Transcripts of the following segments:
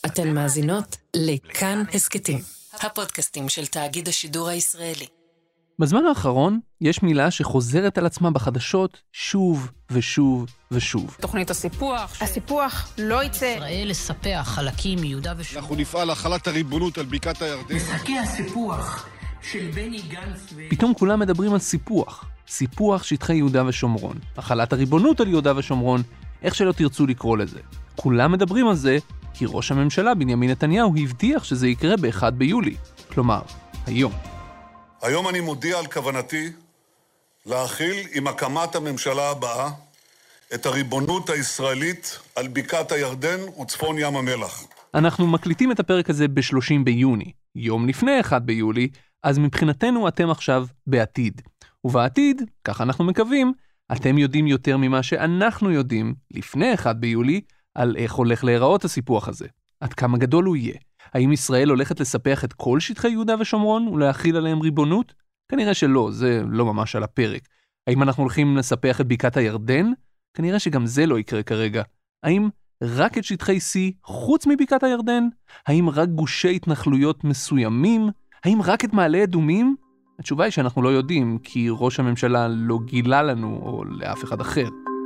אתן מאזינות לכאן הסקטים, הפודקאסטים של תאגיד השידור הישראלי. בזמן האחרון יש מילה שחוזרת על עצמה בחדשות שוב ושוב ושוב. תוכנית הסיפוח. הסיפוח לא יצא. ישראל לספח חלקים מיהודה ושומרון. אנחנו נפעל החלת הריבונות על בקעת הירדן. משחקי הסיפוח של בני גנץ פתאום כולם מדברים על סיפוח. סיפוח שטחי יהודה ושומרון. החלת הריבונות על יהודה ושומרון, איך שלא תרצו לקרוא לזה. כולם מדברים על זה כי ראש הממשלה בנימין נתניהו הבטיח שזה יקרה ב-1 ביולי. כלומר, היום. היום אני מודיע על כוונתי להחיל עם הקמת הממשלה הבאה את הריבונות הישראלית על בקעת הירדן וצפון ים המלח. אנחנו מקליטים את הפרק הזה ב-30 ביוני, יום לפני 1 ביולי, אז מבחינתנו אתם עכשיו בעתיד. ובעתיד, כך אנחנו מקווים, אתם יודעים יותר ממה שאנחנו יודעים לפני 1 ביולי, על איך הולך להיראות הסיפוח הזה. עד כמה גדול הוא יהיה. האם ישראל הולכת לספח את כל שטחי יהודה ושומרון ולהחיל עליהם ריבונות? כנראה שלא, זה לא ממש על הפרק. האם אנחנו הולכים לספח את בקעת הירדן? כנראה שגם זה לא יקרה כרגע. האם רק את שטחי C חוץ מבקעת הירדן? האם רק גושי התנחלויות מסוימים? האם רק את מעלה אדומים? התשובה היא שאנחנו לא יודעים, כי ראש הממשלה לא גילה לנו או לאף אחד אחר.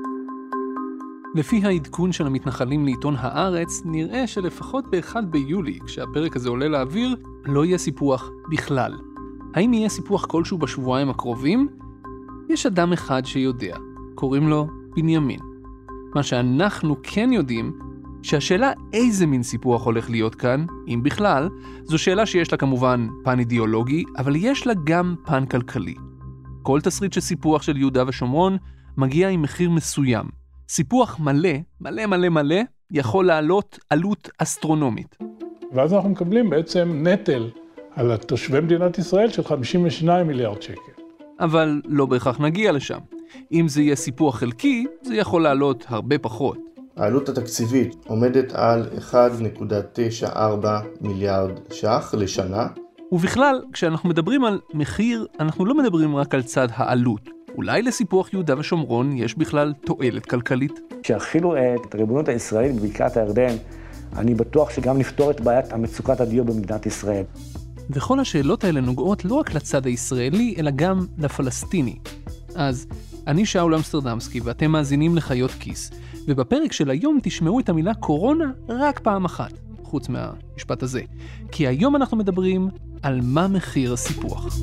לפי העדכון של המתנחלים לעיתון הארץ, נראה שלפחות ב-1 ביולי, כשהפרק הזה עולה לאוויר, לא יהיה סיפוח בכלל. האם יהיה סיפוח כלשהו בשבועיים הקרובים? יש אדם אחד שיודע, קוראים לו בנימין. מה שאנחנו כן יודעים, שהשאלה איזה מין סיפוח הולך להיות כאן, אם בכלל, זו שאלה שיש לה כמובן פן אידיאולוגי, אבל יש לה גם פן כלכלי. כל תסריט של סיפוח של יהודה ושומרון מגיע עם מחיר מסוים. סיפוח מלא, יכול לעלות עלות אסטרונומית. ואז אנחנו מקבלים בעצם נטל על תושבי מדינת ישראל של 52 מיליארד שקל. אבל לא בהכרח נגיע לשם. אם זה יהיה סיפוח חלקי, זה יכול לעלות הרבה פחות. העלות התקציבית עומדת על 1.94 מיליארד ש"ח לשנה. ובכלל, כשאנחנו מדברים על מחיר, אנחנו לא מדברים רק על צד העלות. אולי לסיפוח יהודה ושומרון יש בכלל תועלת כלכלית? כשהחילו את הריבונות הישראלית בבקעת הירדן, אני בטוח שגם נפתור את בעיית המצוקת הדיור במדינת ישראל. וכל השאלות האלה נוגעות לא רק לצד הישראלי, אלא גם לפלסטיני. אז אני שאול אמסטרדמסקי, ואתם מאזינים לחיות כיס, ובפרק של היום תשמעו את המילה קורונה רק פעם אחת, חוץ מהמשפט הזה. כי היום אנחנו מדברים על מה מחיר הסיפוח.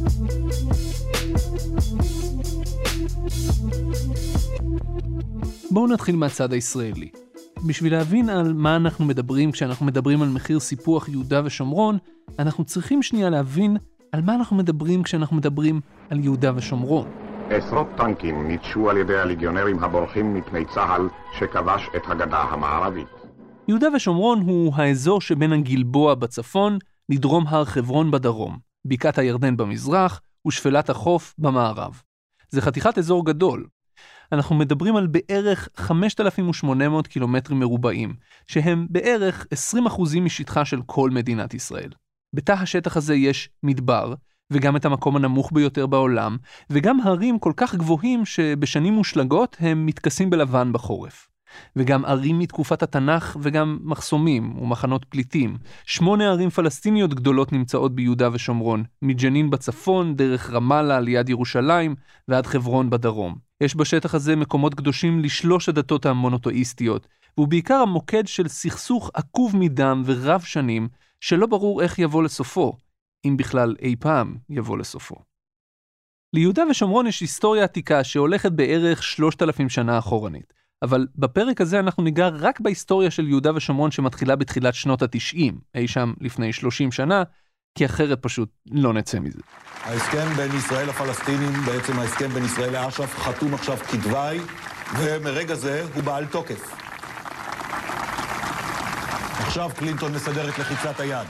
בואו נתחיל מהצד הישראלי. בשביל להבין על מה אנחנו מדברים כשאנחנו מדברים על מחיר סיפוח יהודה ושומרון, אנחנו צריכים שנייה להבין על מה אנחנו מדברים כשאנחנו מדברים על יהודה ושומרון. עשרות טנקים ניטשו על ידי הליגיונרים הבורחים מפני צהל שכבש את הגדה המערבית. יהודה ושומרון הוא האזור שבין הגלבוע בצפון לדרום הר חברון בדרום, בקעת הירדן במזרח ושפלת החוף במערב. זה חתיכת אזור גדול. אנחנו מדברים על בערך 5,800 קילומטרים מרובעים, שהם בערך 20% משטחה של כל מדינת ישראל. בתא השטח הזה יש מדבר, וגם את המקום הנמוך ביותר בעולם, וגם הרים כל כך גבוהים שבשנים מושלגות הם מתכסים בלבן בחורף. וגם ערים מתקופת התנ"ך וגם מחסומים ומחנות פליטים. 8 ערים פלסטיניות גדולות נמצאות ביהודה ושומרון, מג'נין בצפון, דרך רמאללה ליד ירושלים ועד חברון בדרום. יש בשטח הזה מקומות קדושים לשלוש הדתות המונותאיסטיות, והוא בעיקר המוקד של סכסוך עקוב מדם ורב שנים, שלא ברור איך יבוא לסופו, אם בכלל אי פעם יבוא לסופו. ליהודה ושומרון יש היסטוריה עתיקה שהולכת בערך 3,000 שנה אחורנית. אבל בפרק הזה אנחנו ניגע רק בהיסטוריה של יהודה ושומרון שמתחילה בתחילת שנות ה-90, אי שם לפני 30 שנה, כי אחרת פשוט לא נצא מזה. ההסכם בין ישראל לפלסטינים, בעצם ההסכם בין ישראל לאש"ף, חתום עכשיו כדווי, ומרגע זה הוא בעל תוקף. עכשיו קלינטון מסדר את לחיצת היד.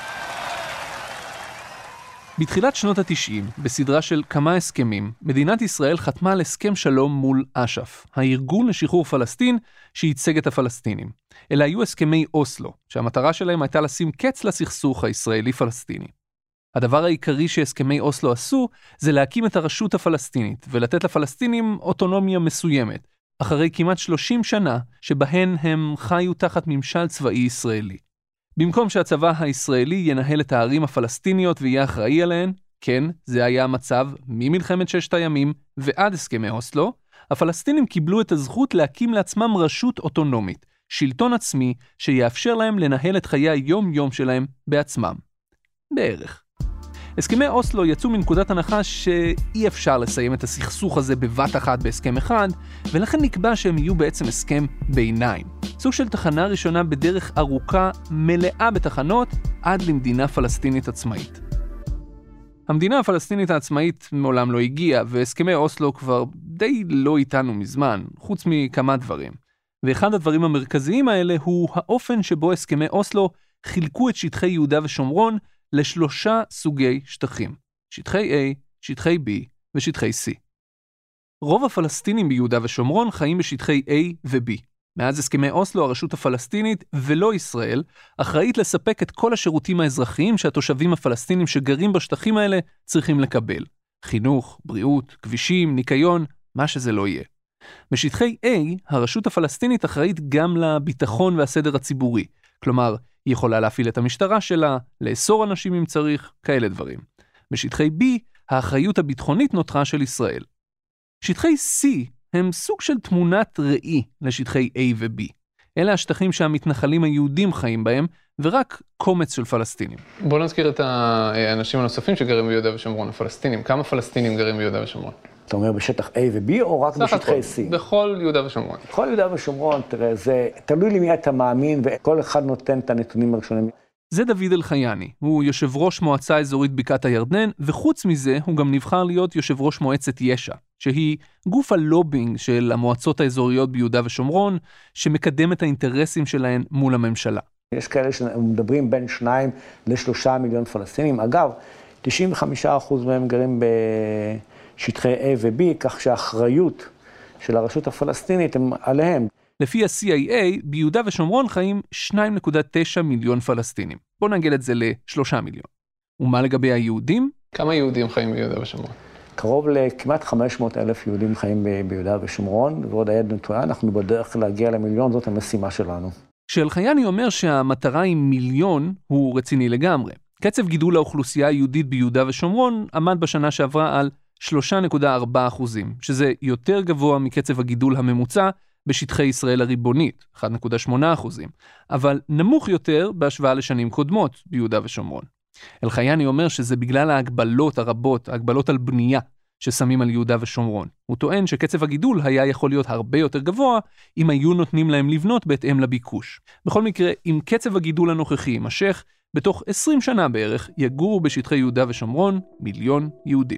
בתחילת שנות ה-90, בסדרה של כמה הסכמים, מדינת ישראל חתמה על הסכם שלום מול אש"ף, הארגון לשחרור פלסטין שייצג את הפלסטינים. אלה היו הסכמי אוסלו, שהמטרה שלהם הייתה לשים קץ לסכסוך הישראלי-פלסטיני. הדבר העיקרי שהסכמי אוסלו עשו, זה להקים את הרשות הפלסטינית, ולתת לפלסטינים אוטונומיה מסוימת, אחרי כמעט 30 שנה שבהן הם חיו תחת ממשל צבאי ישראלי. במקום שהצבא הישראלי ינהל את הערים הפלסטיניות ויהיה אחראי עליהן, כן, זה היה המצב ממלחמת ששת הימים ועד הסכמי אוסלו, הפלסטינים קיבלו את הזכות להקים לעצמם רשות אוטונומית, שלטון עצמי שיאפשר להם לנהל את חיי היום-יום שלהם בעצמם. בערך. הסכמי אוסלו יצאו מנקודת הנחה שאי אפשר לסיים את הסכסוך הזה בבת אחת בהסכם אחד, ולכן נקבע שהם יהיו בעצם הסכם ביניים. סוג של תחנה ראשונה בדרך ארוכה מלאה בתחנות עד למדינה פלסטינית עצמאית. המדינה הפלסטינית העצמאית מעולם לא הגיעה, והסכמי אוסלו כבר די לא איתנו מזמן, חוץ מכמה דברים. ואחד הדברים המרכזיים האלה הוא האופן שבו הסכמי אוסלו חילקו את שטחי יהודה ושומרון לשלושה סוגי שטחים, שטחי A, שטחי B ושטחי C. רוב הפלסטינים ביהודה ושומרון חיים בשטחי A ו-B. מאז הסכמי אוסלו, הרשות הפלסטינית ולא ישראל אחראית לספק את כל השירותים האזרחיים שהתושבים הפלסטינים שגרים בשטחים האלה צריכים לקבל. חינוך, בריאות, כבישים, ניקיון, מה שזה לא יהיה. בשטחי A, הרשות הפלסטינית אחראית גם לביטחון והסדר הציבורי. כלומר, היא יכולה להפעיל את המשטרה שלה, לאסור אנשים אם צריך, כאלה דברים. בשטחי B, האחריות הביטחונית נותרה של ישראל. שטחי C הם סוג של תמונת ראי לשטחי A ו-B. אלה השטחים שהמתנחלים היהודים חיים בהם, ורק קומץ של פלסטינים. בואו נזכיר את האנשים הנוספים שגרים ביהודה ושומרון, הפלסטינים. כמה פלסטינים גרים ביהודה ושומרון? אתה אומר בשטח A ו-B או רק בשטחי C? בכל יהודה ושומרון. בכל יהודה ושומרון, תראה, זה תלוי למי אתה מאמין, וכל אחד נותן את הנתונים הראשונים. זה דוד אלחייני, הוא יושב ראש מועצה אזורית בקעת הירדן, וחוץ מזה הוא גם נבחר להיות יושב ראש מועצת יש"ע, שהיא גוף הלובינג של המועצות האזוריות ביהודה ושומרון, שמקדם את האינטרסים שלהן מול הממשלה. יש כאלה שמדברים בין 2 ל3 מיליון פלסטינים. אגב, 95% מהם גרים בשטחי A ו-B, כך שהאחריות של הרשות הפלסטינית הם עליהם. לפי ה-CIA, ביהודה ושומרון חיים 2.9 מיליון פלסטינים. בואו נגיד את זה ל3 מיליון. ומה לגבי היהודים? כמה יהודים חיים ביהודה ושומרון? קרוב לכמעט 500,000 יהודים חיים ביהודה ושומרון, ועוד היד נטויה, אנחנו בדרך להגיע למיליון, זאת המשימה שלנו. כשאלחייני אומר שהמטרה היא מיליון, הוא רציני לגמרי. קצב גידול האוכלוסייה היהודית ביהודה ושומרון עמד בשנה שעברה על 3.4%, שזה יותר גבוה מקצב הגידול הממוצע בשטחי ישראל הריבונית, 1.8%, אבל נמוך יותר בהשוואה לשנים קודמות ביהודה ושומרון. אלחייני אומר שזה בגלל ההגבלות הרבות, ההגבלות על בנייה ששמים על יהודה ושומרון. הוא טוען שקצב הגידול היה יכול להיות הרבה יותר גבוה אם היו נותנים להם לבנות בהתאם לביקוש. בכל מקרה, אם קצב הגידול הנוכחי יימשך, בתוך 20 שנה בערך יגורו בשטחי יהודה ושומרון מיליון יהודים.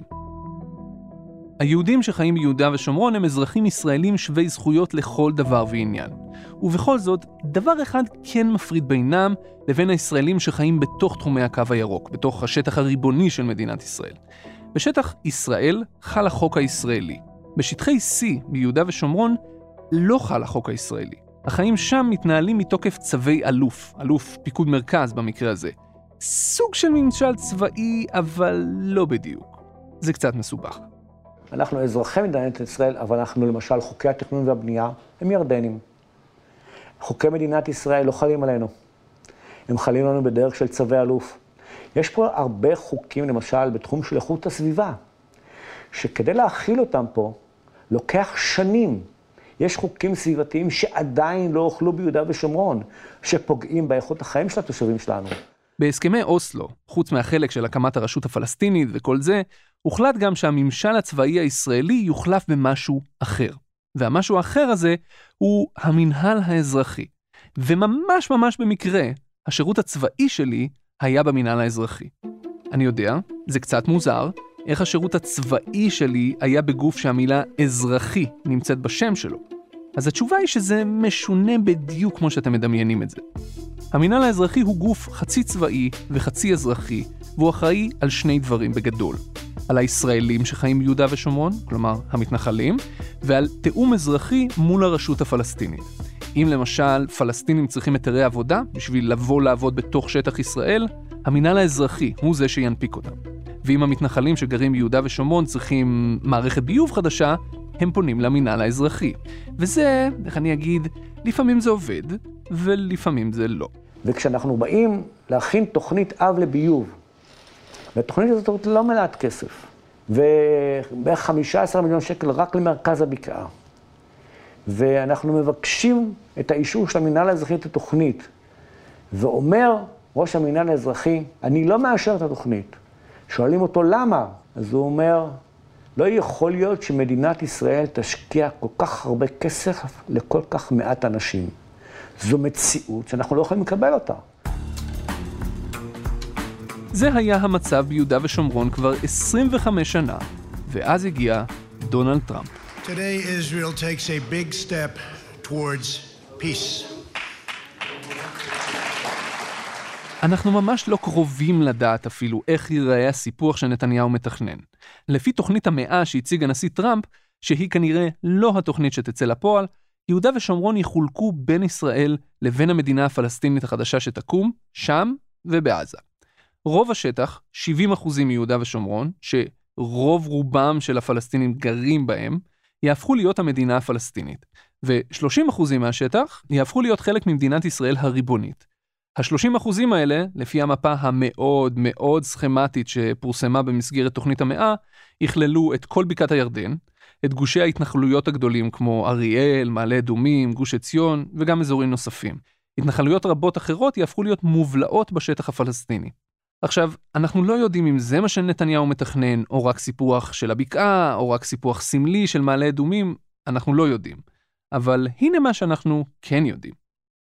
היהודים שחיים ביהודה ושומרון הם אזרחים ישראלים שווי זכויות לכל דבר ועניין. ובכל זאת, דבר אחד כן מפריד בינם לבין הישראלים שחיים בתוך תחומי הקו הירוק, בתוך השטח הריבוני של מדינת ישראל. בשטח ישראל חל החוק הישראלי. בשטחי C ביהודה ושומרון לא חל החוק הישראלי. החיים שם מתנהלים מתוקף צווי אלוף פיקוד מרכז במקרה הזה. סוג של ממשל צבאי, אבל לא בדיוק. זה קצת מסובך. אנחנו אזרחי מדינת ישראל, אבל אנחנו למשל חוקי התכנון והבנייה הם ירדנים. חוקי מדינת ישראל לא חלים עלינו. הם חלים לנו בדרך של צווי אלוף. יש פה הרבה חוקים, למשל, בתחום של איכות הסביבה, שכדי להכיל אותם פה, לוקח שנים. יש חוקים סביבתיים שעדיין לא אוכלו ביהודה ושומרון, שפוגעים באיכות החיים של התושבים שלנו. בהסכמי אוסלו, חוץ מהחלק של הקמת הרשות הפלסטינית וכל זה, הוחלט גם שהממשל הצבאי הישראלי יוחלף במשהו אחר. והמשהו האחר הזה הוא המנהל האזרחי. וממש במקרה, השירות הצבאי שלי היה במנהל האזרחי. אני יודע, זה קצת מוזר, איך השירות הצבאי שלי היה בגוף שהמילה אזרחי נמצאת בשם שלו. אז התשובה היא שזה משונה בדיוק כמו שאתם מדמיינים את זה. המנהל האזרחי הוא גוף חצי צבאי וחצי אזרחי, והוא אחראי על שני דברים בגדול. על הישראלים שחיים ביהודה ושומרון, כלומר המתנחלים, ועל תאום אזרחי מול הרשות הפלסטינית. אם למשל פלסטינים צריכים היתרי עבודה בשביל לבוא לעבוד בתוך שטח ישראל, המנהל האזרחי הוא זה שינפיק אותם. ואם המתנחלים שגרים ביהודה ושומרון צריכים מערכת ביוב חדשה, הם פונים למנהל האזרחי. וזה, איך אני אגיד, לפעמים זה עובד, ולפעמים זה לא. וכשאנחנו באים להכין תוכנית אב לביוב, והתוכנית הזאת לא מלאת כסף, ובערך 15 מיליון שקל רק למרכז הבקעה, ואנחנו מבקשים את האישור של המינהל האזרחי את התוכנית, ואומר ראש המינהל האזרחי, אני לא מאשר את התוכנית. שואלים אותו למה? אז הוא אומר, לא יכול להיות שמדינת ישראל תשקיע כל כך הרבה כסף לכל כך מעט אנשים. זו מציאות שאנחנו לא יכולים לקבל אותה. זה היה המצב ביהודה ושומרון כבר 25 שנה, ואז הגיע דונלד טראמפ. Today Israel takes a big step towards peace. אנחנו ממש לא קרובים לדעת אפילו איך ייראה הסיפוח שנתניהו מתכנן. לפי תוכנית המאה שהציג הנשיא טראמפ, שהיא כנראה לא התוכנית שתצא לפועל, יהודה ושומרון יחולקו בין ישראל לבין המדינה הפלסטינית החדשה שתקום, שם ובעזה. רוב השטח, 70% מיהודה ושומרון, שרוב רובם של הפלסטינים גרים בהם, יהפכו להיות המדינה הפלסטינית. ו-30% מהשטח יהפכו להיות חלק ממדינת ישראל הריבונית. ה-30% האלה, לפי המפה המאוד מאוד סכמטית שפורסמה במסגרת תוכנית המאה, יכללו את כל בקעת הירדן, את גושי ההתנחלויות הגדולים כמו אריאל, מעלה אדומים, גוש עציון וגם אזורים נוספים. התנחלויות רבות אחרות יהפכו להיות מובלעות בשטח הפלסטיני. עכשיו, אנחנו לא יודעים אם זה מה שנתניהו מתכנן, או רק סיפוח של הבקעה, או רק סיפוח סמלי של מעלה אדומים, אנחנו לא יודעים. אבל הנה מה שאנחנו כן יודעים.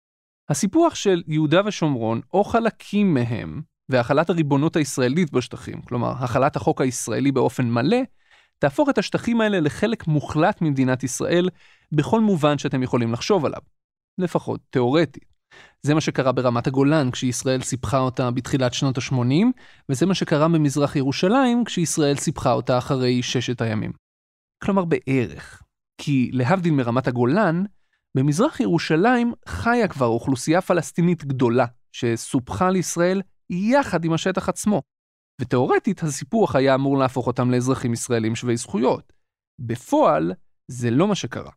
הסיפוח של יהודה ושומרון, או חלקים מהם, והחלת הריבונות הישראלית בשטחים, כלומר, החלת החוק הישראלי באופן מלא, תהפוך את השטחים האלה לחלק מוחלט ממדינת ישראל, בכל מובן שאתם יכולים לחשוב עליו. לפחות תיאורטית. זה מה שקרה ברמת הגולן, כשישראל סיפחה אותה בתחילת שנות ה-80, וזה מה שקרה במזרח ירושלים, כשישראל סיפחה אותה אחרי 6 הימים. כלומר, בערך. כי להבדיל מרמת הגולן, במזרח ירושלים חיה כבר אוכלוסייה פלסטינית גדולה, שסופחה לישראל יחד עם השטח עצמו. ותיאורטית, הסיפוח היה אמור להפוך אותם לאזרחים ישראלים שווי זכויות. בפועל, זה לא מה שקרה.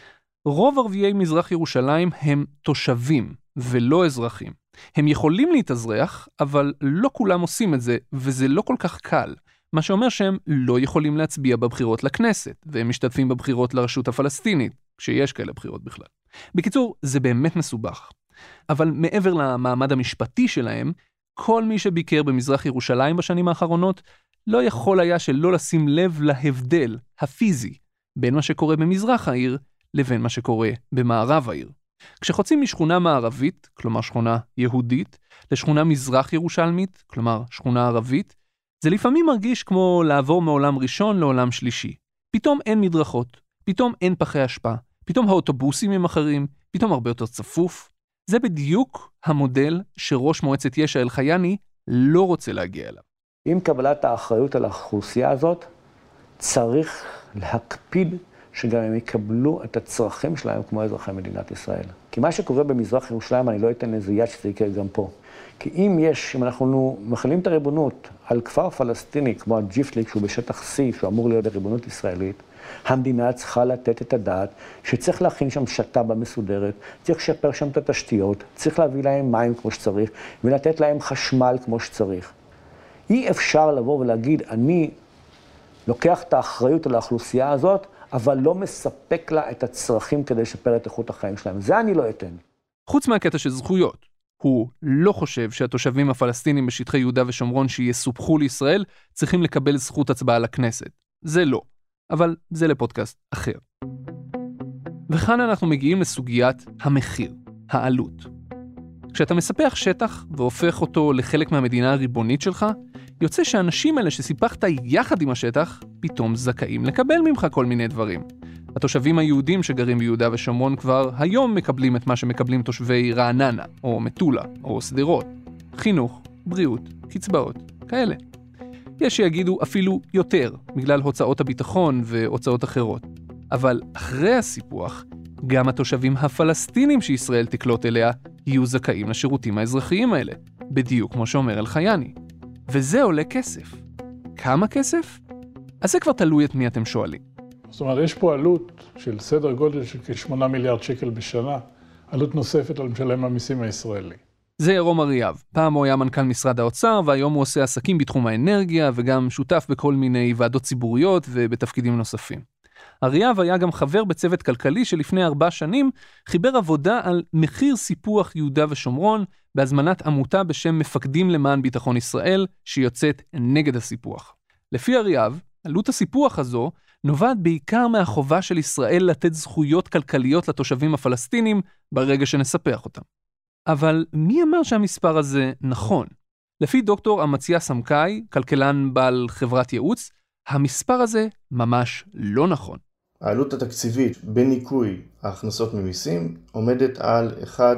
רוב ערביי מזרח ירושלים הם תושבים ולא אזרחים. הם יכולים להתאזרח, אבל לא כולם עושים את זה, וזה לא כל כך קל. מה שאומר שהם לא יכולים להצביע בבחירות לכנסת, והם משתתפים בבחירות לרשות הפלסטינית, כשיש כאלה בחירות בכלל. בקיצור, זה באמת מסובך. אבל מעבר למעמד המשפטי שלהם, כל מי שביקר במזרח ירושלים בשנים האחרונות, לא יכול היה שלא לשים לב להבדל הפיזי בין מה שקורה במזרח העיר לבין מה שקורה במערב העיר. כשחוצים משכונה מערבית, כלומר שכונה יהודית, לשכונה מזרח ירושלמית, כלומר שכונה ערבית, זה לפעמים מרגיש כמו לעבור מעולם ראשון לעולם שלישי. פתאום אין מדרכות, פתאום אין פחי השפעה, פתאום האוטובוסים הם אחרים, פתאום הרבה יותר צפוף. זה בדיוק המודל שראש מועצת יש"ע אלחייני לא רוצה להגיע אליו. עם קבלת האחריות על האוכלוסייה הזאת, צריך להקפיד שגם הם יקבלו את הצרכים שלהם כמו אזרחי מדינת ישראל. כי מה שקורה במזרח ירושלים, אני לא אתן איזה יד שזה יקרה גם פה. כי אם אנחנו מכילים את הריבונות על כפר פלסטיני, כמו הג'יפליק, שהוא בשטח C, שהוא אמור להיות בריבונות ישראלית, המדינה צריכה לתת את הדעת שצריך להכין שם שטה מסודרת, צריך לשפר שם את התשתיות, צריך להביא להם מים כמו שצריך, ולתת להם חשמל כמו שצריך. אי אפשר לבוא ולהגיד, אני לוקח את האחריות על האוכלוסייה הזאת, אבל לא מספק לה את הצרכים כדי לשפר את איכות החיים שלהם. זה אני לא אתן. חוץ מהקטע של זכויות, הוא לא חושב שהתושבים הפלסטינים בשטחי יהודה ושומרון שיסופחו לישראל צריכים לקבל זכות הצבעה לכנסת. זה לא. אבל זה לפודקאסט אחר. וכאן אנחנו מגיעים לסוגיית המחיר, העלות. כשאתה מספח שטח והופך אותו לחלק מהמדינה הריבונית שלך, יוצא שהאנשים האלה שסיפחת יחד עם השטח, פתאום זכאים לקבל ממך כל מיני דברים. התושבים היהודים שגרים ביהודה ושומרון כבר היום מקבלים את מה שמקבלים תושבי רעננה, או מטולה, או סדרות. חינוך, בריאות, קצבאות, כאלה. יש שיגידו אפילו יותר, בגלל הוצאות הביטחון והוצאות אחרות. אבל אחרי הסיפוח, גם התושבים הפלסטינים שישראל תקלוט אליה, יהיו זכאים לשירותים האזרחיים האלה, בדיוק כמו שאומר אלחייני. וזה עולה כסף. כמה כסף? אז זה כבר תלוי את מי אתם שואלים. זאת אומרת, יש פה עלות של סדר גודל של כ8 מיליארד שקל בשנה, עלות נוספת על משלם המיסים הישראלי. זה ירום אריאב. פעם הוא היה מנכ"ל משרד האוצר, והיום הוא עושה עסקים בתחום האנרגיה, וגם שותף בכל מיני ועדות ציבוריות ובתפקידים נוספים. אריאב היה גם חבר בצוות כלכלי שלפני 4 שנים חיבר עבודה על מחיר סיפוח יהודה ושומרון, בהזמנת עמותה בשם מפקדים למען ביטחון ישראל, שיוצאת נגד הסיפוח. לפי אריאב, עלות הסיפוח הזו נובעת בעיקר מהחובה של ישראל לתת זכויות כלכליות לתושבים הפלסטינים ברגע שנספח אותם. אבל מי אמר שהמספר הזה נכון? לפי דוקטור אמציה סמקאי, כלכלן בעל חברת ייעוץ, המספר הזה ממש לא נכון. העלות התקציבית בניכוי ההכנסות ממיסים עומדת על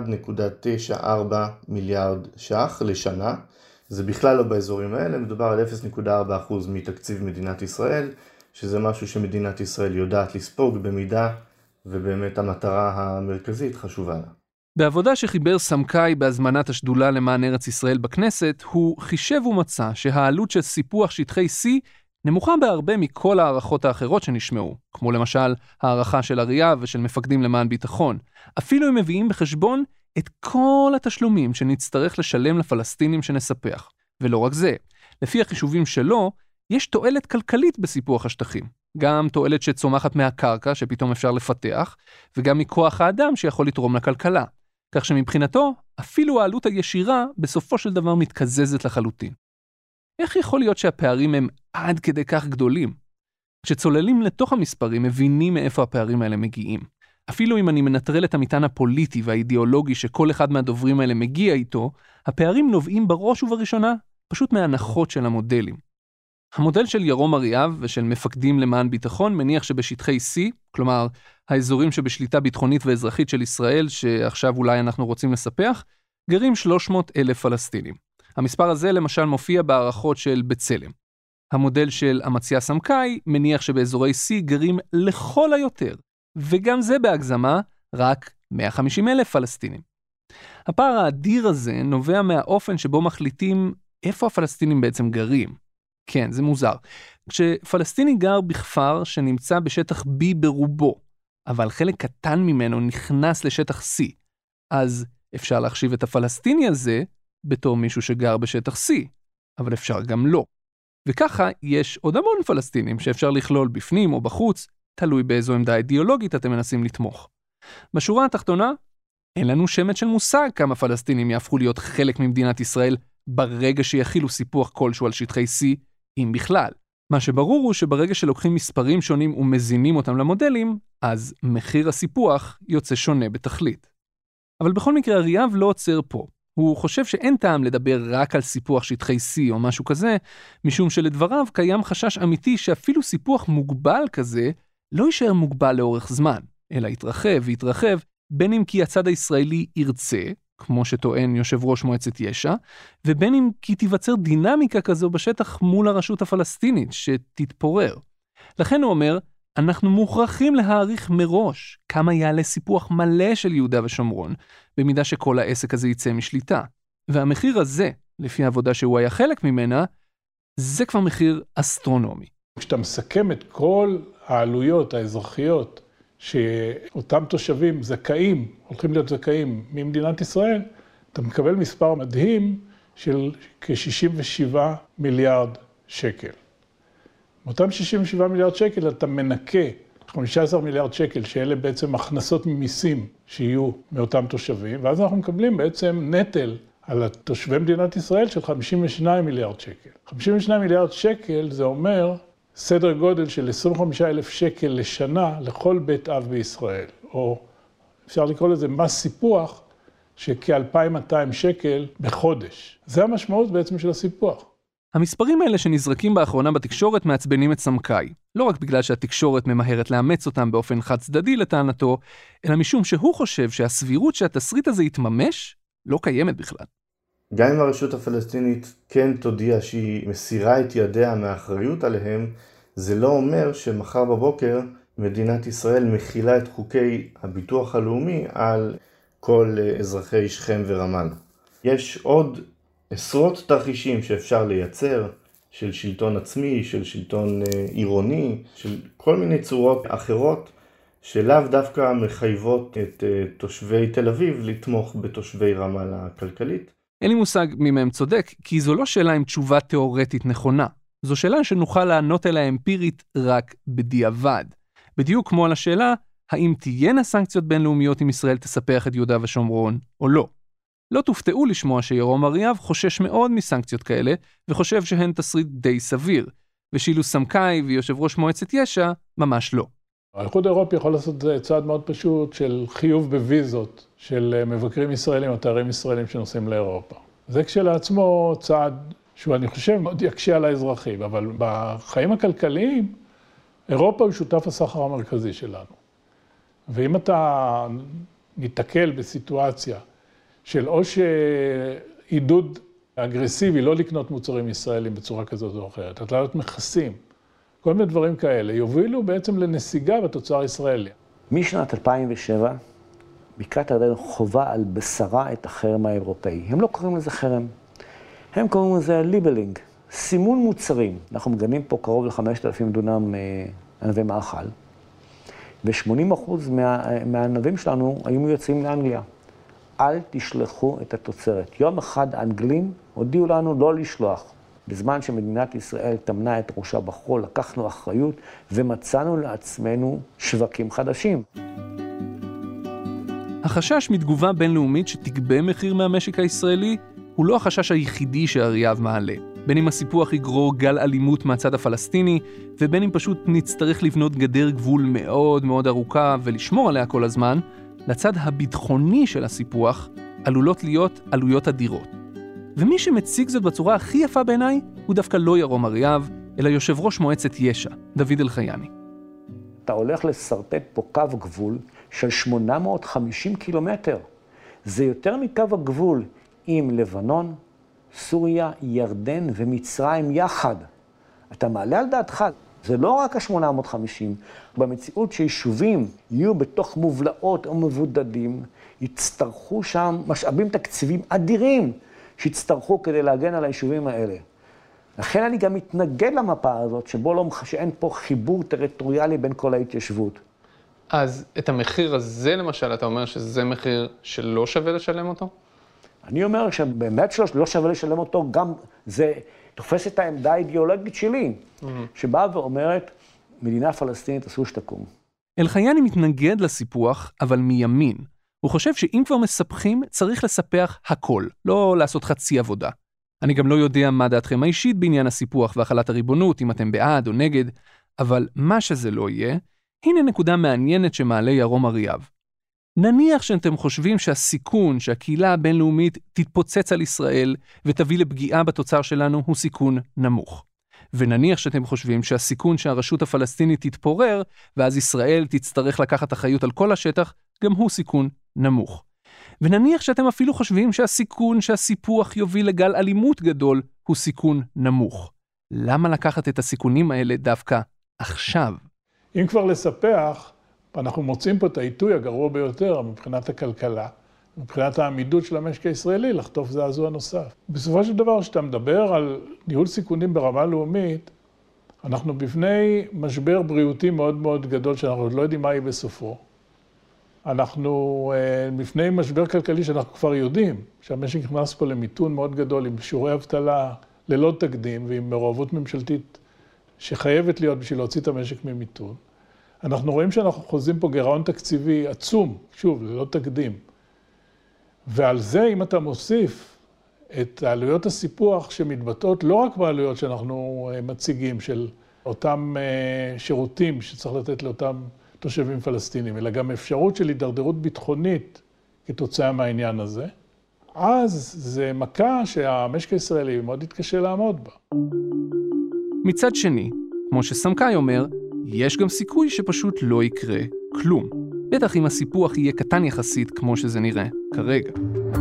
1.94 מיליארד ש"ח לשנה. זה בכלל לא באזורים האלה, מדובר על 0.4% מתקציב מדינת ישראל, שזה משהו שמדינת ישראל יודעת לספוג במידה, ובאמת המטרה המרכזית חשובה לה. בעבודה שחיבר סמקאי בהזמנת השדולה למען ארץ ישראל בכנסת, הוא חישב ומצא שהעלות של סיפוח שטחי C נמוכה בהרבה מכל הערכות האחרות שנשמעו, כמו למשל הערכה של אריאב ושל מפקדים למען ביטחון. אפילו הם מביאים בחשבון את כל התשלומים שנצטרך לשלם לפלסטינים שנספח. ולא רק זה, לפי החישובים שלו, יש תועלת כלכלית בסיפוח השטחים. גם תועלת שצומחת מהקרקע שפתאום אפשר לפתח, וגם מכוח האדם שיכול לתרום לכלכלה. כך שמבחינתו, אפילו העלות הישירה בסופו של דבר מתקזזת לחלוטין. איך יכול להיות שהפערים הם עד כדי כך גדולים? כשצוללים לתוך המספרים, מבינים מאיפה הפערים האלה מגיעים. אפילו אם אני מנטרל את המטען הפוליטי והאידיאולוגי שכל אחד מהדוברים האלה מגיע איתו, הפערים נובעים בראש ובראשונה פשוט מההנחות של המודלים. המודל של ירום אריאב ושל מפקדים למען ביטחון מניח שבשטחי C, כלומר האזורים שבשליטה ביטחונית ואזרחית של ישראל, שעכשיו אולי אנחנו רוצים לספח, גרים 300,000 פלסטינים. המספר הזה למשל מופיע בהערכות של בצלם. המודל של אמציה סמקאי מניח שבאזורי C גרים לכל היותר, וגם זה בהגזמה, רק 150,000 פלסטינים. הפער האדיר הזה נובע מהאופן שבו מחליטים איפה הפלסטינים בעצם גרים. כן, זה מוזר. כשפלסטיני גר בכפר שנמצא בשטח B ברובו, אבל חלק קטן ממנו נכנס לשטח C, אז אפשר להחשיב את הפלסטיני הזה בתור מישהו שגר בשטח C, אבל אפשר גם לא. וככה יש עוד המון פלסטינים שאפשר לכלול בפנים או בחוץ, תלוי באיזו עמדה אידיאולוגית אתם מנסים לתמוך. בשורה התחתונה, אין לנו שמץ של מושג כמה פלסטינים יהפכו להיות חלק ממדינת ישראל ברגע שיחילו סיפוח כלשהו על שטחי C, אם בכלל. מה שברור הוא שברגע שלוקחים מספרים שונים ומזינים אותם למודלים, אז מחיר הסיפוח יוצא שונה בתכלית. אבל בכל מקרה אריאב לא עוצר פה. הוא חושב שאין טעם לדבר רק על סיפוח שטחי C או משהו כזה, משום שלדבריו קיים חשש אמיתי שאפילו סיפוח מוגבל כזה לא יישאר מוגבל לאורך זמן, אלא יתרחב ויתרחב, בין אם כי הצד הישראלי ירצה, כמו שטוען יושב ראש מועצת יש"ע, ובין אם כי תיווצר דינמיקה כזו בשטח מול הרשות הפלסטינית שתתפורר. לכן הוא אומר, אנחנו מוכרחים להעריך מראש כמה יעלה סיפוח מלא של יהודה ושומרון, במידה שכל העסק הזה יצא משליטה. והמחיר הזה, לפי העבודה שהוא היה חלק ממנה, זה כבר מחיר אסטרונומי. כשאתה מסכם את כל העלויות האזרחיות שאותם תושבים זכאים, הולכים להיות זכאים ממדינת ישראל, אתה מקבל מספר מדהים של כ-67 מיליארד שקל. מאותם 67 מיליארד שקל אתה מנקה 15 מיליארד שקל, שאלה בעצם הכנסות ממיסים שיהיו מאותם תושבים, ואז אנחנו מקבלים בעצם נטל על התושבי מדינת ישראל של 52 מיליארד שקל. 52 מיליארד שקל זה אומר סדר גודל של 25,000 שקל לשנה לכל בית אב בישראל, או אפשר לקרוא לזה מס סיפוח שכ-2,200 שקל בחודש. זה המשמעות בעצם של הסיפוח. המספרים האלה שנזרקים באחרונה בתקשורת מעצבנים את סמקאי, לא רק בגלל שהתקשורת ממהרת לאמץ אותם באופן חד צדדי לטענתו, אלא משום שהוא חושב שהסבירות שהתסריט הזה יתממש לא קיימת בכלל. גם אם הרשות הפלסטינית כן תודיע שהיא מסירה את ידיה מהאחריות עליהם, זה לא אומר שמחר בבוקר מדינת ישראל מכילה את חוקי הביטוח הלאומי על כל אזרחי שכם ורמאללה. יש עוד עשרות תרחישים שאפשר לייצר, של שלטון עצמי, של שלטון עירוני, של כל מיני צורות אחרות שלאו דווקא מחייבות את תושבי תל אביב לתמוך בתושבי רמאללה כלכלית. אין לי מושג מי מהם צודק, כי זו לא שאלה עם תשובה תיאורטית נכונה. זו שאלה שנוכל לענות אליה אמפירית רק בדיעבד. בדיוק כמו על השאלה, האם תהיינה סנקציות בינלאומיות אם ישראל תספח את יהודה ושומרון או לא. לא תופתעו לשמוע שירום אריאב חושש מאוד מסנקציות כאלה, וחושב שהן תסריט די סביר, ושאילו סמקאי ויושב ראש מועצת יש"ע, ממש לא. האיחוד האירופי יכול לעשות צעד מאוד פשוט של חיוב בוויזות של מבקרים ישראלים או תיירים ישראלים שנוסעים לאירופה. זה כשלעצמו צעד שהוא אני חושב מאוד יקשה על האזרחים, אבל בחיים הכלכליים, אירופה הוא שותף הסחר המרכזי שלנו. ואם אתה ניתקל בסיטואציה של או שעידוד אגרסיבי לא לקנות מוצרים ישראלים בצורה כזאת או אחרת, הטלת מכסים, כל מיני דברים כאלה, יובילו בעצם לנסיגה בתוצר הישראלי. משנת 2007, בקעת הירדן חובה על בשרה את החרם האירופאי. הם לא קוראים לזה חרם, הם קוראים לזה ליבלינג, סימון מוצרים. אנחנו מגנים פה קרוב ל-5,000 דונם ענבי מאכל, ו-80% מהענבים שלנו היו מיוצאים לאנגליה. אל תשלחו את התוצרת. יום אחד האנגלים הודיעו לנו לא לשלוח. בזמן שמדינת ישראל תמנה את ראשה בחול, לקחנו אחריות ומצאנו לעצמנו שווקים חדשים. החשש מתגובה בינלאומית שתגבה מחיר מהמשק הישראלי הוא לא החשש היחידי שאריאב מעלה. בין אם הסיפוח יגרור גל אלימות מהצד הפלסטיני, ובין אם פשוט נצטרך לבנות גדר גבול מאוד מאוד ארוכה ולשמור עליה כל הזמן, לצד הביטחוני של הסיפוח עלולות להיות עלויות אדירות. ומי שמציג זאת בצורה הכי יפה בעיניי הוא דווקא לא ירום אריאב, אלא יושב ראש מועצת יש"ע, דוד אלחייני. אתה הולך לסרטט פה קו גבול של 850 קילומטר. זה יותר מקו הגבול עם לבנון, סוריה, ירדן ומצרים יחד. אתה מעלה על דעתך, זה לא רק ה-850. במציאות שיישובים יהיו בתוך מובלעות או מבודדים, יצטרכו שם משאבים תקציבים אדירים שיצטרכו כדי להגן על היישובים האלה. לכן אני גם מתנגד למפה הזאת, שאין פה חיבור טריטוריאלי בין כל ההתיישבות. אז את המחיר הזה למשל, אתה אומר שזה מחיר שלא שווה לשלם אותו? אני אומר שבאמת לא שווה לשלם אותו, גם זה תופס את העמדה האידיאולוגית שלי, שבאה ואומרת, מדינה פלסטינית אסור שתקום. אלחייני מתנגד לסיפוח, אבל מימין. הוא חושב שאם כבר מספחים, צריך לספח הכל, לא לעשות חצי עבודה. אני גם לא יודע מה דעתכם האישית בעניין הסיפוח והחלת הריבונות, אם אתם בעד או נגד, אבל מה שזה לא יהיה, הנה נקודה מעניינת שמעלה ירום אריאב. נניח שאתם חושבים שהסיכון שהקהילה הבינלאומית תתפוצץ על ישראל ותביא לפגיעה בתוצר שלנו הוא סיכון נמוך. ונניח שאתם חושבים שהסיכון שהרשות הפלסטינית תתפורר ואז ישראל תצטרך לקחת אחריות על כל השטח, גם הוא סיכון נמוך. ונניח שאתם אפילו חושבים שהסיכון שהסיפוח יוביל לגל אלימות גדול הוא סיכון נמוך. למה לקחת את הסיכונים האלה דווקא עכשיו? אם כבר לספח, אנחנו מוצאים פה את העיתוי הגרוע ביותר מבחינת הכלכלה, מבחינת העמידות של המשק הישראלי לחטוף זעזוע נוסף. בסופו של דבר, כשאתה מדבר על ניהול סיכונים ברמה לאומית, אנחנו בפני משבר בריאותי מאוד מאוד גדול שאנחנו עוד לא יודעים מה יהיה בסופו. אנחנו בפני משבר כלכלי שאנחנו כבר יודעים, שהמשק נכנס פה למיתון מאוד גדול עם שיעורי אבטלה ללא תקדים ועם מעורבות ממשלתית שחייבת להיות בשביל להוציא את המשק ממיתון. אנחנו רואים שאנחנו חוזים פה גירעון תקציבי עצום, שוב, ללא תקדים. ועל זה, אם אתה מוסיף את העלויות הסיפוח שמתבטאות לא רק בעלויות שאנחנו מציגים של אותם שירותים שצריך לתת לאותם תושבים פלסטינים, אלא גם אפשרות של הידרדרות ביטחונית כתוצאה מהעניין הזה, אז זה מכה שהמשק הישראלי מאוד יתקשה לעמוד בה. מצד שני, כמו שסמקאי אומר, יש גם סיכוי שפשוט לא יקרה כלום. בטח אם הסיפוח יהיה קטן יחסית כמו שזה נראה כרגע.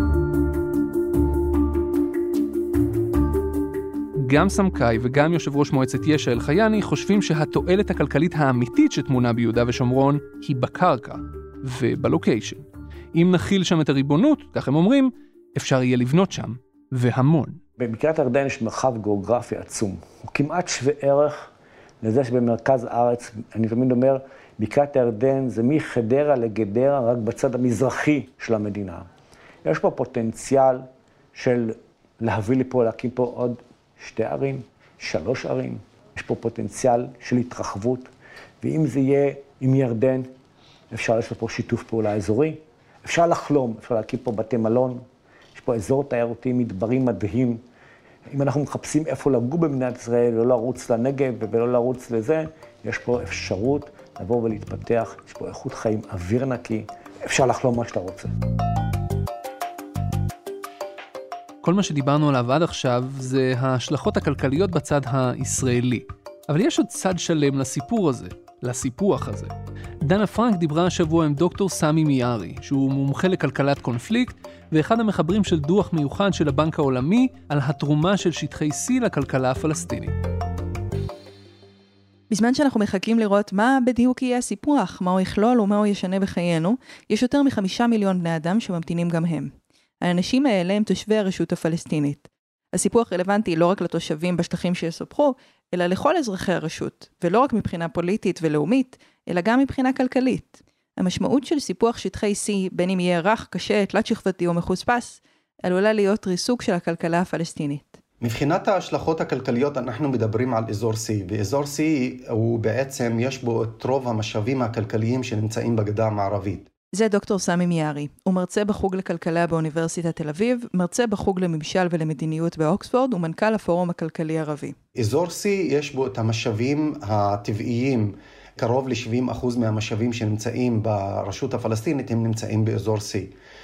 גם סמקאי וגם יושב ראש מועצת יש"ע אלחייני חושבים שהתועלת הכלכלית האמיתית שתמונה ביהודה ושומרון היא בקרקע ובלוקיישן. אם נחיל שם את הריבונות, כך הם אומרים, אפשר יהיה לבנות שם, והמון. בבקעת הירדן יש מרחב גיאוגרפי עצום. הוא כמעט שווה ערך לזה שבמרכז הארץ, אני תמיד אומר, בקעת הירדן זה מחדרה לגדרה, רק בצד המזרחי של המדינה. יש פה פוטנציאל של להביא לפה, להקים פה עוד 2 ערים, 3 ערים. יש פה פוטנציאל של התרחבות, ואם זה יהיה עם ירדן, אפשר לעשות פה שיתוף פעולה אזורי. אפשר לחלום, אפשר להקים פה בתי מלון. יש פה אזור תיירותי מדברי מדהים. אם אנחנו מחפשים איפה לגור במדינת ישראל, לא לרוץ לנגב ולא לרוץ לזה, יש פה אפשרות לבוא ולהתפתח, יש פה איכות חיים, אוויר נקי, אפשר לחלום מה שאתה רוצה. כל מה שדיברנו עליו עד עכשיו זה ההשלכות הכלכליות בצד הישראלי. אבל יש עוד צד שלם לסיפור הזה, לסיפוח הזה. דנה פרנק דיברה השבוע עם דוקטור סמי מיארי, שהוא מומחה לכלכלת קונפליקט, ואחד המחברים של דוח מיוחד של הבנק העולמי על התרומה של שטחי C לכלכלה הפלסטינית. בזמן שאנחנו מחכים לראות מה בדיוק יהיה הסיפוח, מה הוא יכלול ומה הוא ישנה בחיינו, יש יותר מ5 מיליון בני אדם שממתינים גם הם. האנשים האלה הם תושבי הרשות הפלסטינית. הסיפוח רלוונטי לא רק לתושבים בשטחים שיסופחו, אלא לכל אזרחי הרשות, ולא רק מבחינה פוליטית ולאומית, אלא גם מבחינה כלכלית. המשמעות של סיפוח שטחי C, בין אם יהיה רך, קשה, תלת שכבתי או מחוספס, עלולה להיות ריסוק של הכלכלה הפלסטינית. מבחינת ההשלכות הכלכליות אנחנו מדברים על אזור C, ואזור C הוא בעצם יש בו את רוב המשאבים הכלכליים שנמצאים בגדה המערבית. זה דוקטור סמי מיארי. הוא מרצה בחוג לכלכלה באוניברסיטת תל אביב, מרצה בחוג לממשל ולמדיניות באוקספורד, ומנכ"ל הפורום הכלכלי ערבי. אזור C יש בו את המשאבים הטבעיים, קרוב ל-70% מהמשאבים שנמצאים ברשות הפלסטינית הם נמצאים באזור C.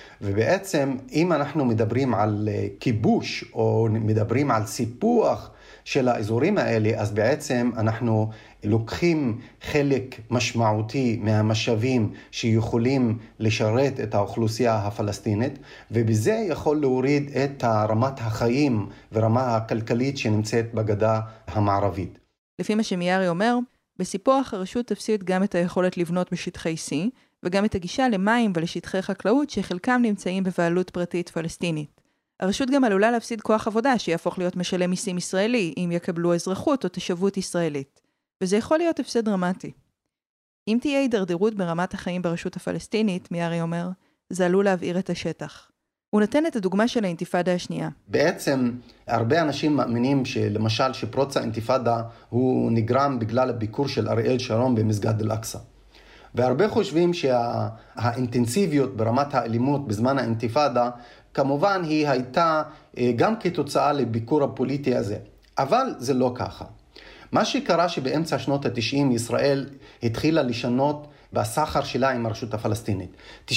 ובעצם אם אנחנו מדברים על כיבוש או מדברים על סיפוח של האזורים האלה, אז בעצם אנחנו לוקחים חלק משמעותי מהמשאבים שיכולים לשרת את האוכלוסייה הפלסטינית, ובזה יכול להוריד את רמת החיים ורמה הכלכלית שנמצאת בגדה המערבית. לפי מה שמיארי אומר, בסיפוח הרשות תפסיד גם את היכולת לבנות בשטחי C, וגם את הגישה למים ולשטחי חקלאות שחלקם נמצאים בבעלות פרטית פלסטינית. הרשות גם עלולה להפסיד כוח עבודה שיהפוך להיות משלם מיסים ישראלי, אם יקבלו אזרחות או תושבות ישראלית. וזה יכול להיות הפסד דרמטי. אם תהיה הידרדרות ברמת החיים ברשות הפלסטינית, מיארי אומר, זה עלול להבעיר את השטח. הוא נתן את הדוגמה של האינתיפאדה השנייה. בעצם הרבה אנשים מאמינים שלמשל שפרוץ האינתיפאדה הוא נגרם בגלל הביקור של אריאל שרון במסגד אל-אקצא. והרבה חושבים שהאינטנסיביות ברמת האלימות בזמן האינתיפאדה, כמובן היא הייתה גם כתוצאה לביקור הפוליטי הזה. אבל זה לא ככה. מה שקרה שבאמצע שנות ה-90 ישראל התחילה לשנות בסחר שלה עם הרשות הפלסטינית. 92%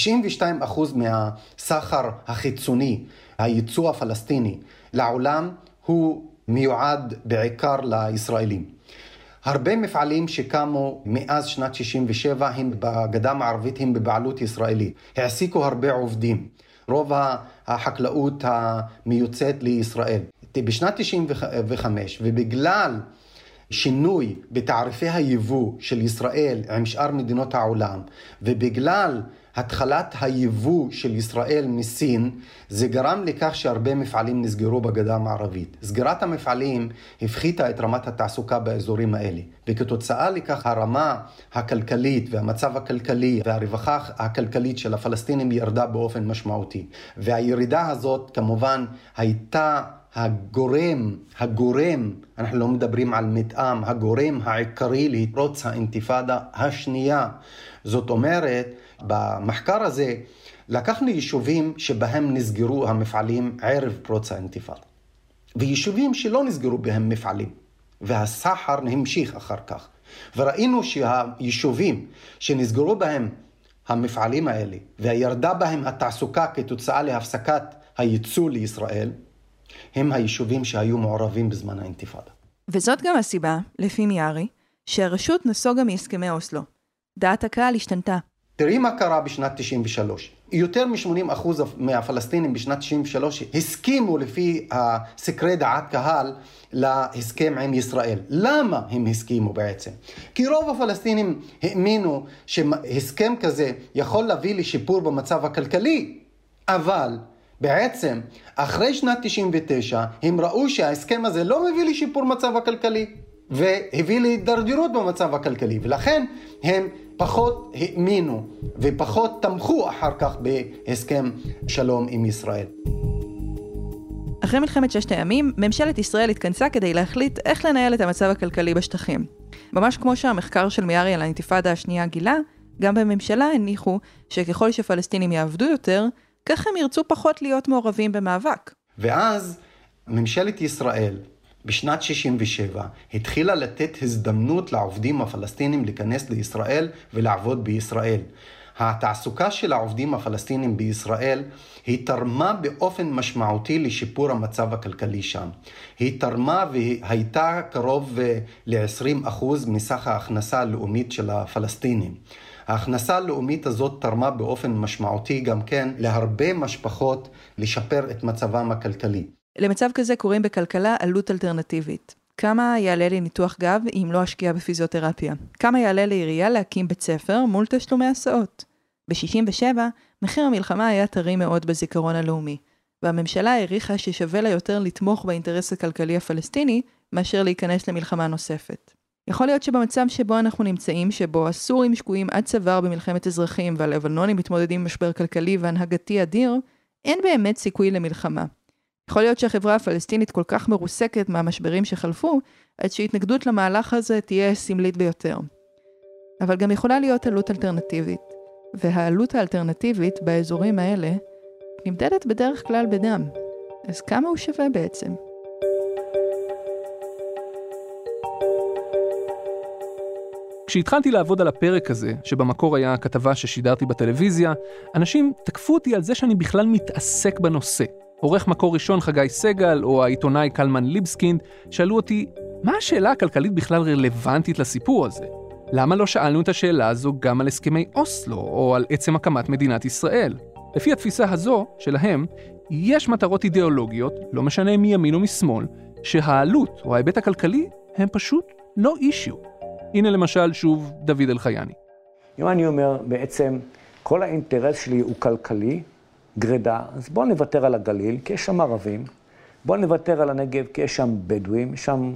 מהסחר החיצוני, הייצוא הפלסטיני לעולם, הוא מיועד בעיקר לישראלים. הרבה מפעלים שקמו מאז שנת 67 הם בגדה המערבית הם בבעלות ישראלית. העסיקו הרבה עובדים. רוב החקלאות המיוצאת לישראל. בשנת 95 ובגלל שינוי בתעריפי היבוא של ישראל עם שאר מדינות העולם, ובגלל התחלת היבוא של ישראל מסין, זה גרם לכך שהרבה מפעלים נסגרו בגדה המערבית. סגירת המפעלים הפחיתה את רמת התעסוקה באזורים האלה, וכתוצאה לכך הרמה הכלכלית והמצב הכלכלי והרווחה הכלכלית של הפלסטינים ירדה באופן משמעותי. והירידה הזאת כמובן הייתה הגורם, אנחנו לא מדברים על מתאם, הגורם העיקרי להתפרוץ האינתיפאדה השנייה. זאת אומרת, במחקר הזה לקחנו יישובים שבהם נסגרו המפעלים ערב פרוץ האינתיפאדה, ויישובים שלא נסגרו בהם מפעלים, והסחר המשיך אחר כך. וראינו שהיישובים שנסגרו בהם המפעלים האלה, והירדה בהם התעסוקה כתוצאה להפסקת הייצוא לישראל, הם היישובים שהיו מעורבים בזמן האינתיפאדה. וזאת גם הסיבה, לפי מיארי, שהרשות נסוגה מהסכמי אוסלו. דעת הקהל השתנתה. תראי מה קרה בשנת 93. יותר מ-80% מהפלסטינים בשנת 93 הסכימו לפי סקרי דעת קהל להסכם עם ישראל. למה הם הסכימו בעצם? כי רוב הפלסטינים האמינו שהסכם כזה יכול להביא לשיפור במצב הכלכלי, אבל בעצם, אחרי שנת 99, הם ראו שההסכם הזה לא מביא לשיפור מצב הכלכלי, והביא להידרדרות במצב הכלכלי, ולכן הם פחות האמינו ופחות תמכו אחר כך בהסכם שלום עם ישראל. אחרי מלחמת ששת הימים, ממשלת ישראל התכנסה כדי להחליט איך לנהל את המצב הכלכלי בשטחים. ממש כמו שהמחקר של מיארי על האינתיפאדה השנייה גילה, גם בממשלה הניחו שככל שפלסטינים יעבדו יותר, כך הם ירצו פחות להיות מעורבים במאבק. ואז ממשלת ישראל בשנת 67 התחילה לתת הזדמנות לעובדים הפלסטינים להיכנס לישראל ולעבוד בישראל. התעסוקה של העובדים הפלסטינים בישראל היא תרמה באופן משמעותי לשיפור המצב הכלכלי שם. היא תרמה והייתה קרוב ל-20% מסך ההכנסה הלאומית של הפלסטינים. ההכנסה הלאומית הזאת תרמה באופן משמעותי גם כן להרבה משפחות לשפר את מצבם הכלכלי. למצב כזה קוראים בכלכלה עלות אלטרנטיבית. כמה יעלה לי ניתוח גב אם לא אשקיע בפיזיותרפיה? כמה יעלה לעירייה להקים בית ספר מול תשלומי הסעות? ב-67 מחיר המלחמה היה טרי מאוד בזיכרון הלאומי, והממשלה העריכה ששווה לה יותר לתמוך באינטרס הכלכלי הפלסטיני מאשר להיכנס למלחמה נוספת. יכול להיות שבמצב שבו אנחנו נמצאים, שבו הסורים שקועים עד צוואר במלחמת אזרחים והלבנונים מתמודדים עם משבר כלכלי והנהגתי אדיר, אין באמת סיכוי למלחמה. יכול להיות שהחברה הפלסטינית כל כך מרוסקת מהמשברים שחלפו, עד שהתנגדות למהלך הזה תהיה סמלית ביותר. אבל גם יכולה להיות עלות אלטרנטיבית, והעלות האלטרנטיבית באזורים האלה נמדדת בדרך כלל בדם. אז כמה הוא שווה בעצם? כשהתחלתי לעבוד על הפרק הזה, שבמקור היה כתבה ששידרתי בטלוויזיה, אנשים תקפו אותי על זה שאני בכלל מתעסק בנושא. עורך מקור ראשון חגי סגל או העיתונאי קלמן ליבסקינד שאלו אותי, מה השאלה הכלכלית בכלל רלוונטית לסיפור הזה? למה לא שאלנו את השאלה הזו גם על הסכמי אוסלו או על עצם הקמת מדינת ישראל? לפי התפיסה הזו שלהם, יש מטרות אידיאולוגיות, לא משנה מימין או משמאל, שהעלות או ההיבט הכלכלי הם פשוט לא אישיו. הנה למשל שוב דוד אלחייני. אם אני אומר בעצם כל האינטרס שלי הוא כלכלי, גרדה, אז בואו נוותר על הגליל, כי יש שם ערבים, בואו נוותר על הנגב, כי יש שם בדואים, שם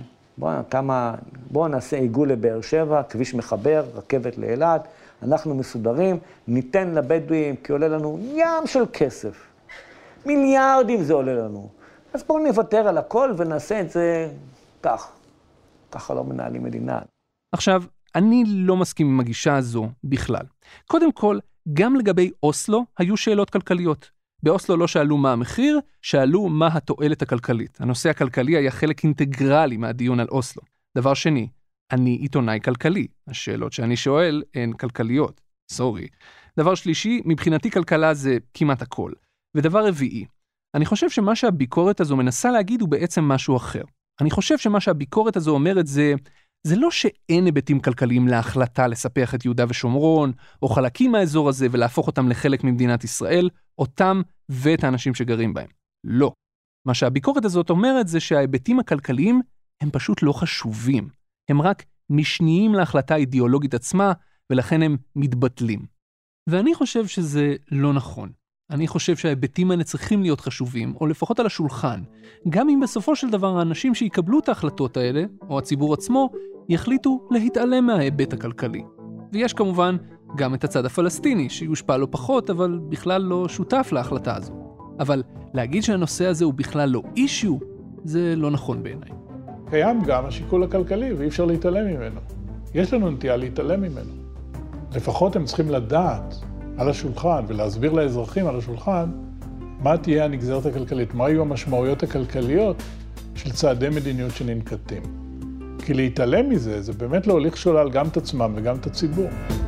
בואו נעשה עיגול לבאר שבע, כביש מחבר, רכבת לאילת, אנחנו מסודרים, ניתן לבדואים, כי עולה לנו ים של כסף, מיליארדים זה עולה לנו, אז בואו נוותר על הכל ונעשה את זה כך, ככה לא מנהלים מדינה. עכשיו, אני לא מסכים עם הגישה הזו בכלל. קודם כל, גם לגבי אוסלו היו שאלות כלכליות. באוסלו לא שאלו מה המחיר, שאלו מה התועלת הכלכלית. הנושא הכלכלי היה חלק אינטגרלי מהדיון על אוסלו. דבר שני, אני עיתונאי כלכלי. השאלות שאני שואל הן כלכליות. סורי. דבר שלישי, מבחינתי כלכלה זה כמעט הכל. ודבר רביעי, אני חושב שמה שהביקורת הזו מנסה להגיד הוא בעצם משהו אחר. אני חושב שמה שהביקורת הזו אומרת זה לא שאין היבטים כלכליים להחלטה לספח את יהודה ושומרון, או חלקים מהאזור הזה ולהפוך אותם לחלק ממדינת ישראל, אותם ואת האנשים שגרים בהם. לא. מה שהביקורת הזאת אומרת זה שההיבטים הכלכליים הם פשוט לא חשובים. הם רק משניים להחלטה האידיאולוגית עצמה, ולכן הם מתבטלים. ואני חושב שזה לא נכון. אני חושב שההיבטים האלה צריכים להיות חשובים, או לפחות על השולחן, גם אם בסופו של דבר האנשים שיקבלו את ההחלטות האלה, או הציבור עצמו, יחליטו להתעלם מההיבט הכלכלי. ויש כמובן גם את הצד הפלסטיני, שיושפע לא פחות, אבל בכלל לא שותף להחלטה הזו. אבל להגיד שהנושא הזה הוא בכלל לא אישיו, זה לא נכון בעיניי. קיים גם השיקול הכלכלי, ואי אפשר להתעלם ממנו. יש לנו נטייה להתעלם ממנו. לפחות הם צריכים לדעת על השולחן, ולהסביר לאזרחים על השולחן, מה תהיה הנגזרת הכלכלית, מה יהיו המשמעויות הכלכליות של צעדי מדיניות שננקטים. כי להתעלם מזה, זה באמת להוליך שולל גם את עצמם וגם את הציבור.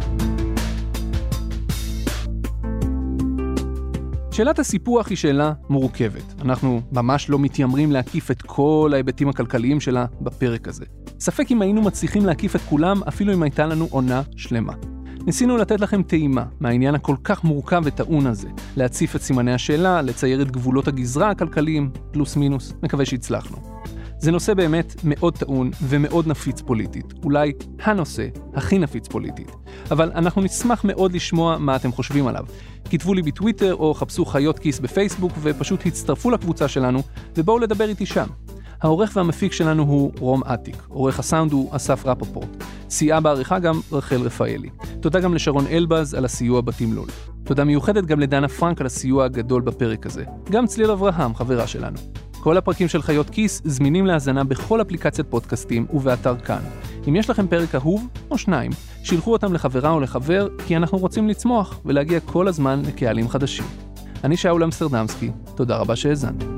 שאלת הסיפוח היא שאלה מורכבת. אנחנו ממש לא מתיימרים להקיף את כל ההיבטים הכלכליים שלה בפרק הזה. ספק אם היינו מצליחים להקיף את כולם, אפילו אם הייתה לנו עונה שלמה. ניסינו לתת לכם טעימה מהעניין הכל כך מורכב וטעון הזה, להציף את סימני השאלה, לצייר את גבולות הגזרה הכלכליים, פלוס מינוס, מקווה שהצלחנו. זה נושא באמת מאוד טעון ומאוד נפיץ פוליטית, אולי הנושא הכי נפיץ פוליטית. אבל אנחנו נשמח מאוד לשמוע מה אתם חושבים עליו. כתבו לי בטוויטר או חפשו חיות כיס בפייסבוק ופשוט הצטרפו לקבוצה שלנו ובואו לדבר איתי שם. העורך והמפיק שלנו הוא רום עתיק, עורך הסאונד הוא אסף רפפורט. סייעה בעריכה גם רחל רפאלי. תודה גם לשרון אלבז על הסיוע בתמלול. תודה מיוחדת גם לדנה פרנק על הסיוע הגדול בפרק הזה. גם צליל אברהם, חברה שלנו. כל הפרקים של חיות כיס זמינים להזנה בכל אפליקציית פודקאסטים ובאתר כאן. אם יש לכם פרק אהוב או שניים, שילחו אותם לחברה או לחבר, כי אנחנו רוצים לצמוח ולהגיע כל הזמן לקהלים חדשים. אני שאול אמסטרדמסקי, תודה רבה שהאזנתם.